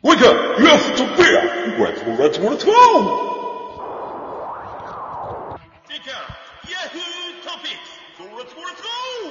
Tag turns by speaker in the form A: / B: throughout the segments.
A: Wake up! You have to beer! Let's go! Take out Yahoo Topics! Let's go!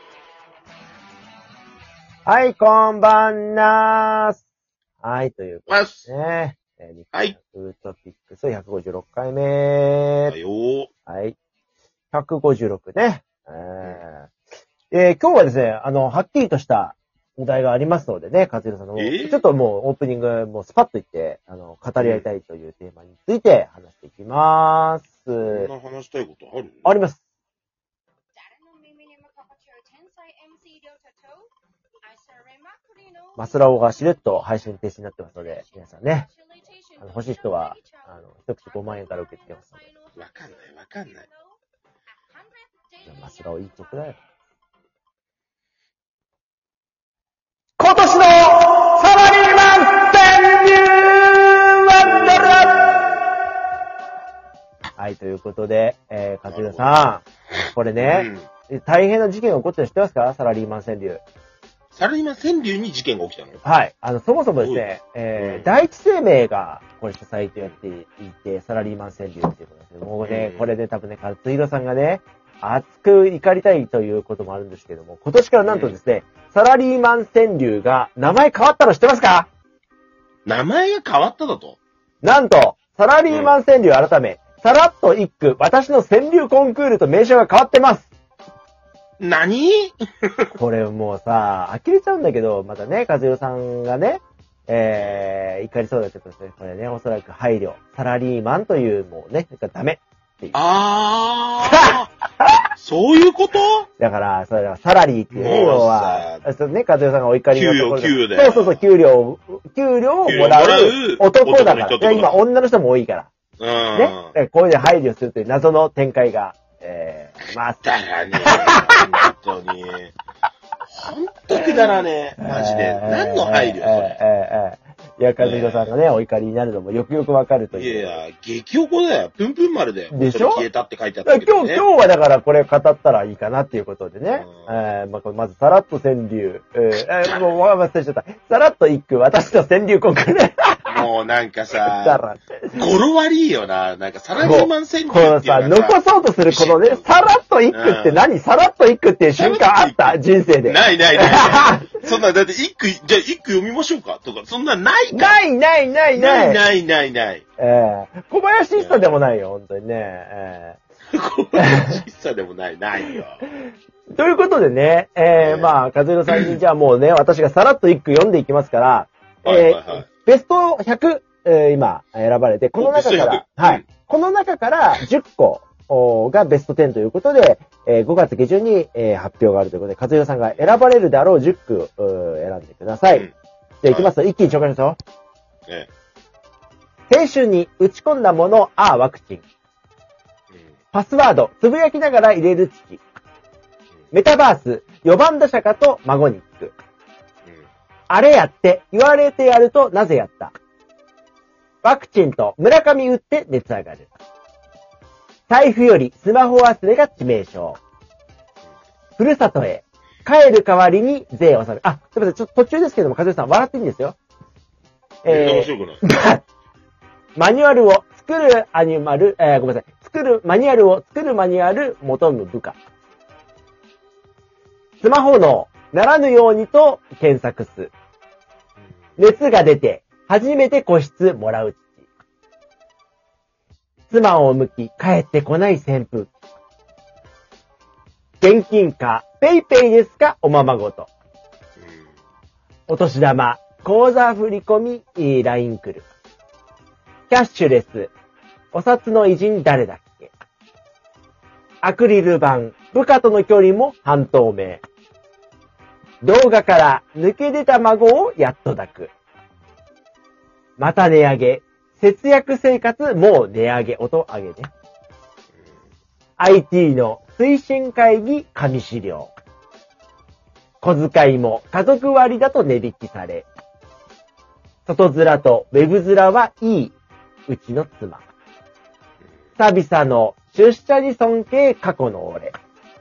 B: はい、こんばんなーす。はい、ということですね。
C: はい。
B: ヤフートピックス156回目。
C: はいよー。
B: はい。156ね。今日はですね、はっきりとしたお題がありますのでね、勝弘さんの、ちょっともうオープニングもうスパッと言って、語り合いたいというテーマについて話していきます。
C: そんな話したいことある？
B: あります。マスラオがしれっと配信停止になってますので、皆さんね、欲しい人は、一口5万円から受け付けますので。
C: わかんない。
B: マスラオいい曲だよ。今年のサラリーマン川柳ワンダラはい、ということで、勝弘さん、これね、大変な事件が起こってるの知ってますか？サラリーマン川柳。
C: サラリーマン川柳に事件が起きたの？
B: はい。そもそもですね、第一生命が、これ主催とやっていて、サラリーマン川柳っていうことですけども、ね、これで多分ね、勝弘さんがね、熱く怒りたいということもあるんですけども、今年からなんとですね、サラリーマン川柳が名前変わったの知ってますか？
C: 名前が変わっただと？
B: なんと、サラリーマン川柳改め、さらっと一句、私の川柳コンクールと名称が変わってます。
C: 何？
B: これもうさ、呆れちゃうんだけど、またね、和代さんがね、怒りそうだけどですね、これね、おそらく配慮。サラリーマンというもうね、ダメっていう。
C: そういうこと？
B: だから、それはサラリーっていうね、要は、ね、和代さんがお怒りのところで。
C: 給料
B: そう、給料をもらう男だから。今、女の人も多いから。ね。こういうで配慮するという謎の展開が、
C: またらね、本当に。ほんとくだらねえ。マジで。何の配慮それ。
B: いや、和弘さんがね、お怒りになるのもよくよくわかるという。
C: いや、激おこだよ。プンプン丸だよ。
B: でしょ？
C: 消えたって書いてあったけど、ね。
B: 今日はだからこれ語ったらいいかなっていうことでね。まずさらっと川柳。もう忘れちゃった。さらっと一句、私の川柳コンクール。
C: もうなんかさ、語呂悪いよな。なんかサラリーマン川柳っていうのがさ、
B: 残そうとするこのね、さらっと一句って何？さらっと一句っていう瞬間あった人生で。
C: ない。そんな、だって一句、じゃあ一句読みましょうかとか、そんなないか。
B: ない。小林一茶でもないよ、本当にね。
C: 小林一茶でもないよ。
B: ということでね、まあ、和弘さんにじゃあもうね、私がさらっと一句読んでいきますから、ベスト100、今選ばれて、この中から、はい、この中から10個がベスト10ということで、5月下旬に、発表があるということで、和弘さんが選ばれるであろう10句選んでください。じゃあ行きますと、一気に紹介しますよ。青春に打ち込んだもの、ワクチン。パスワード、つぶやきながら入れる父。メタバース、4番打者かと孫に聞く。あれやって、言われてやるとなぜやった。ワクチンと村上打って熱上がる。財布よりスマホ忘れが致命傷。ふるさとへ、帰る代わりに税を納める。すみません、ちょっと途中ですけども、和代さん笑っていいんですよ。
C: 面白くない。
B: マニュアルを作るアニマル、ごめんなさい。作るマニュアル求む部下。スマホのならぬようにと検索す。熱が出て、初めて個室もらう父。妻を向き、帰ってこない旋風。現金か、ペイペイですか、おままごと。お年玉、口座振り込み、LINE 来る。キャッシュレス、お札の偉人誰だっけ。アクリル板、部下との距離も半透明。動画から抜け出た孫をやっと抱く。また値上げ。節約生活もう値上げ。音上げね。IT の推進会議紙資料。小遣いも家族割だと値引きされ。外面とウェブ面はいい。うちの妻。久々の出社に尊敬過去の俺。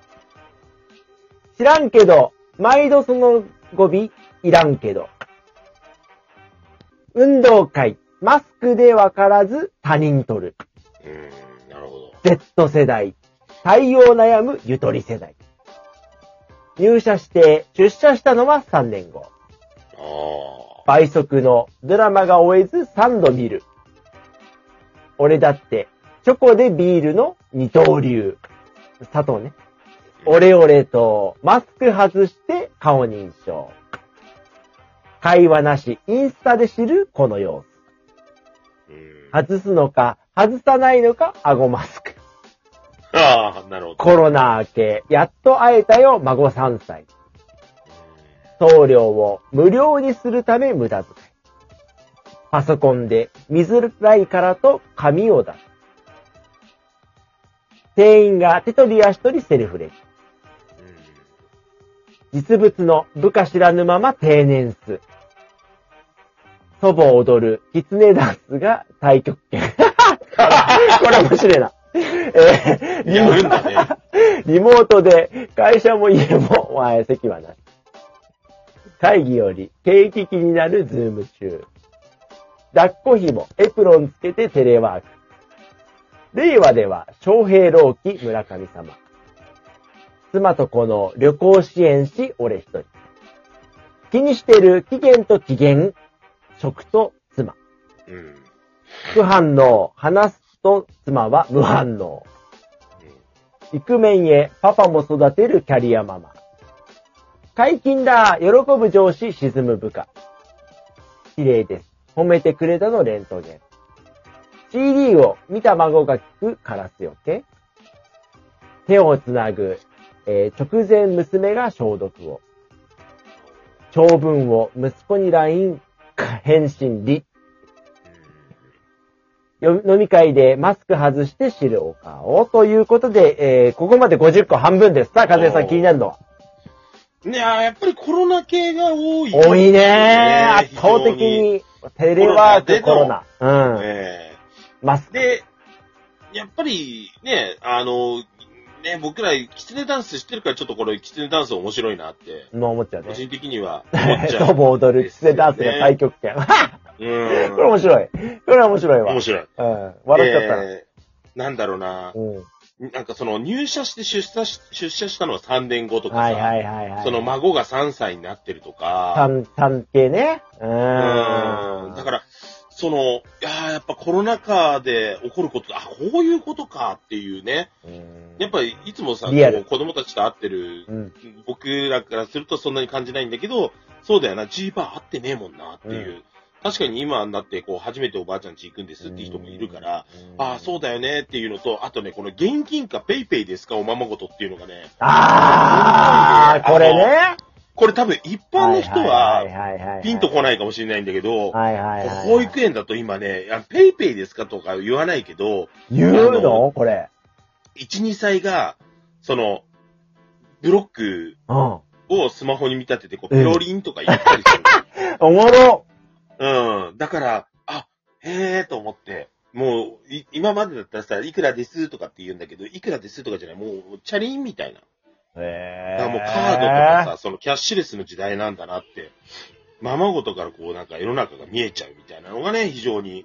B: 知らんけど、毎度その語尾いらんけど。 運動会、マスクでわからず他人取る。
C: なるほど。
B: Z 世代、対応悩むゆとり世代。入社して出社したのは3年後。倍速のドラマが終えず3度見る。俺だってチョコでビールの二刀流。砂糖ね。オレオレとマスク外して顔認証。会話なし、インスタで知るこの様子。外すのか、外さないのか、顎マスク。
C: なるほど。
B: コロナ明け、やっと会えたよ、孫3歳。送料を無料にするため無駄遣い。パソコンで見づらいからと紙を出す。店員が手取り足取りセルフレジ。実物の部下知らぬまま定年数。祖母踊るキツネダンスが太極拳。これ面白いな。リモートで会社も家も席はなし。会議より景気気になるズーム中。抱っこ紐エプロンつけてテレワーク。令和では昌平朗希村上様。妻と子の旅行支援し俺一人。気にしてる期限と期限。食と妻。副反応。話すと妻は無反応。イクメンへパパも育てるキャリアママ。解禁だ。喜ぶ上司沈む部下。綺麗です。褒めてくれたのレントゲン。CD を見た孫が聞くカラスよけ。手をつなぐ。直前娘が消毒を。長文を息子に LINE 返信理。飲み会でマスク外して知るお顔ということで、ここまで50個半分です。さあ、和江さん気になるのは。
C: いややっぱりコロナ系が多い。
B: 多いねー。圧倒的にテレワークコロナ。マスク。
C: で、やっぱりね、僕らキツネダンス知ってるからちょっとこれキツネダンス面白いなって。
B: 思っちゃうね。
C: 個人的には思っちゃう。
B: 祖母踊るキツネダンスが太極拳。これ面白い。これは面白いわ。
C: 面白い。
B: 笑っちゃったな。
C: なんだろうな。なんかその入社して出社したのは3年後とかさ、その孫が3歳になってるとか。
B: 3系ね。
C: だから、やっぱコロナ禍で起こること、こういうことかっていうね。やっぱりいつもさ、子供たちと会ってる、僕らからするとそんなに感じないんだけど、そうだよな、ジーバー会ってねえもんなっていう。確かに今になって初めておばあちゃん家行くんですっていう人もいるから、そうだよねっていうのと、あとね、この現金かペイペイですかおままごとっていうのがね。
B: これね。
C: これ多分一般の人はピンとこないかもしれないんだけど、保育園だと今ね、ペイペイですかとか言わないけど、
B: 言うのこれ。
C: 1、2歳が、ブロックをスマホに見立てて、ペロリンとか言ったりする。
B: おもろ。
C: だから、へーと思って、もう、今までだったらさ、いくらですとかって言うんだけど、いくらですとかじゃない、もう、チャリンみたいな。だからもうカードとかさ、キャッシュレスの時代なんだなって、ままごとからなんか世の中が見えちゃうみたいなのがね、非常に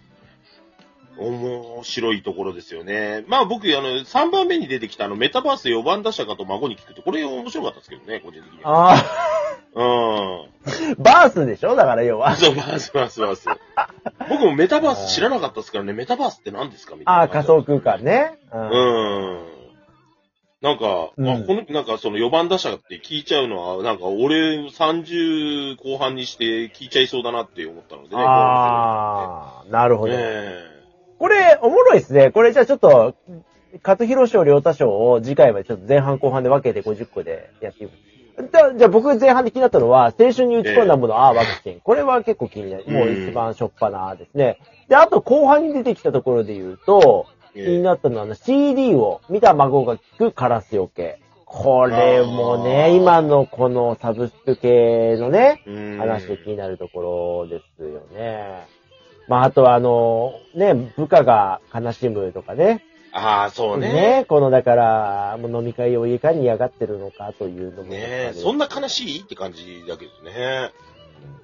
C: 面白いところですよね。まあ僕、3番目に出てきたメタバース4番打者かと孫に聞くって、これ面白かったですけどね、個人的には。
B: バースでしょだから要は。
C: そう、バース。僕もメタバース知らなかったですからね、メタバースって何ですかみたいな。
B: 仮想空間ね。
C: なんか、なんか4番打者って聞いちゃうのは、なんか俺30後半にして聞いちゃいそうだなって思ったのでね。
B: なるほど。これ、おもろいですね。これじゃあちょっと、勝弘賞、良太賞を次回はちょっと前半後半で分けて50個でやっていく。じゃあ僕前半で気になったのは、青春に打ち込んだもの、ワクチン。これは結構気になる。もう一番しょっぱなですね。で、あと後半に出てきたところで言うと、気になったのはCD を見た孫が聞くカラスよけ。これもね、今のこのサブスク系のね、話で気になるところですよね。あとは部下が悲しむとかね。
C: そうね。
B: だから、もう飲み会をいかに嫌がってるのかというのも。
C: ねそんな悲しいって感じだけどね。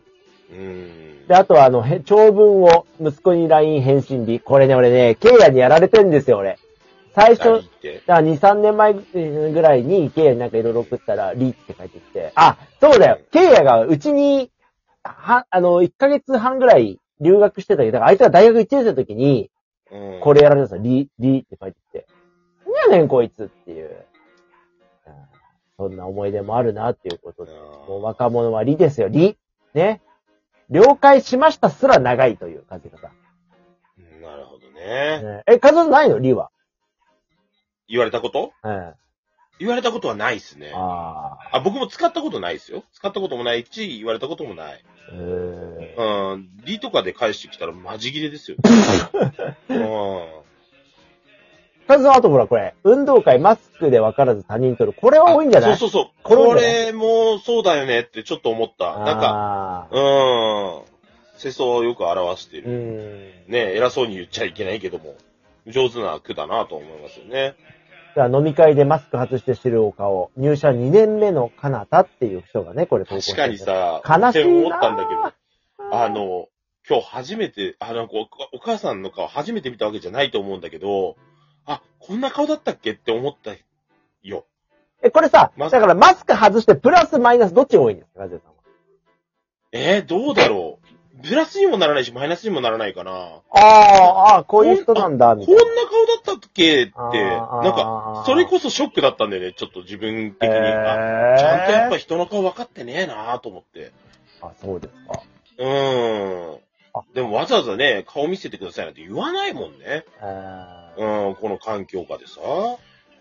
B: で、あとは長文を息子に LINE 返信日。これね、俺ね、ケイヤにやられてんですよ、俺。最初、2、3年前ぐらいにケイヤになんかいろいろ送ったら、リーって帰ってきて、あ、そうだよ、ケイヤがうちに、1ヶ月半ぐらい留学してたけど、だからあいつが大学1年生の時に、これやられたんですよ、リーって帰ってきて。何やねん、こいつっていう。そんな思い出もあるなっていうことで。もう若者はリですよ、リ。ね。了解しましたすら長いという感じ方。
C: なるほどね。
B: 数ないのリは。
C: 言われたこと？言われたことはないですね。僕も使ったことないですよ。使ったこともないし、言われたこともない。リとかで返してきたらマジ切れですよね。
B: カズさん、あとほらこれ、運動会マスクで分からず他人取る。これは多いんじゃない？
C: そう。これもそうだよねってちょっと思った。なんか、世相をよく表している。ね、偉そうに言っちゃいけないけども、上手な句だなと思いますよね。
B: 飲み会でマスク外して知るお顔、入社2年目のかなたっていう人がね、これ投稿して
C: 確かにさ、
B: 悲しいな
C: 思ったんだけど、今日初めて、お母さんの顔初めて見たわけじゃないと思うんだけど、こんな顔だったっけって思ったよ。
B: これさ、だからマスク外してプラスマイナスどっちが多いんですか、ラジオさん
C: は。どうだろう。プラスにもならないし、マイナスにもならないかな。
B: こういう人なんだ、みたいな。
C: こんな顔だったっけって、なんか、それこそショックだったんだよね、ちょっと自分的に。ちゃんとやっぱ人の顔分かってねえなと思って。
B: そうですか。
C: でもわざわざね、顔見せてくださいなんて言わないもんね。この環境下でさ。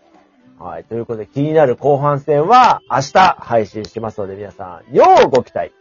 B: はい。ということで、気になる後半戦は明日配信しますので、皆さん、要ご期待。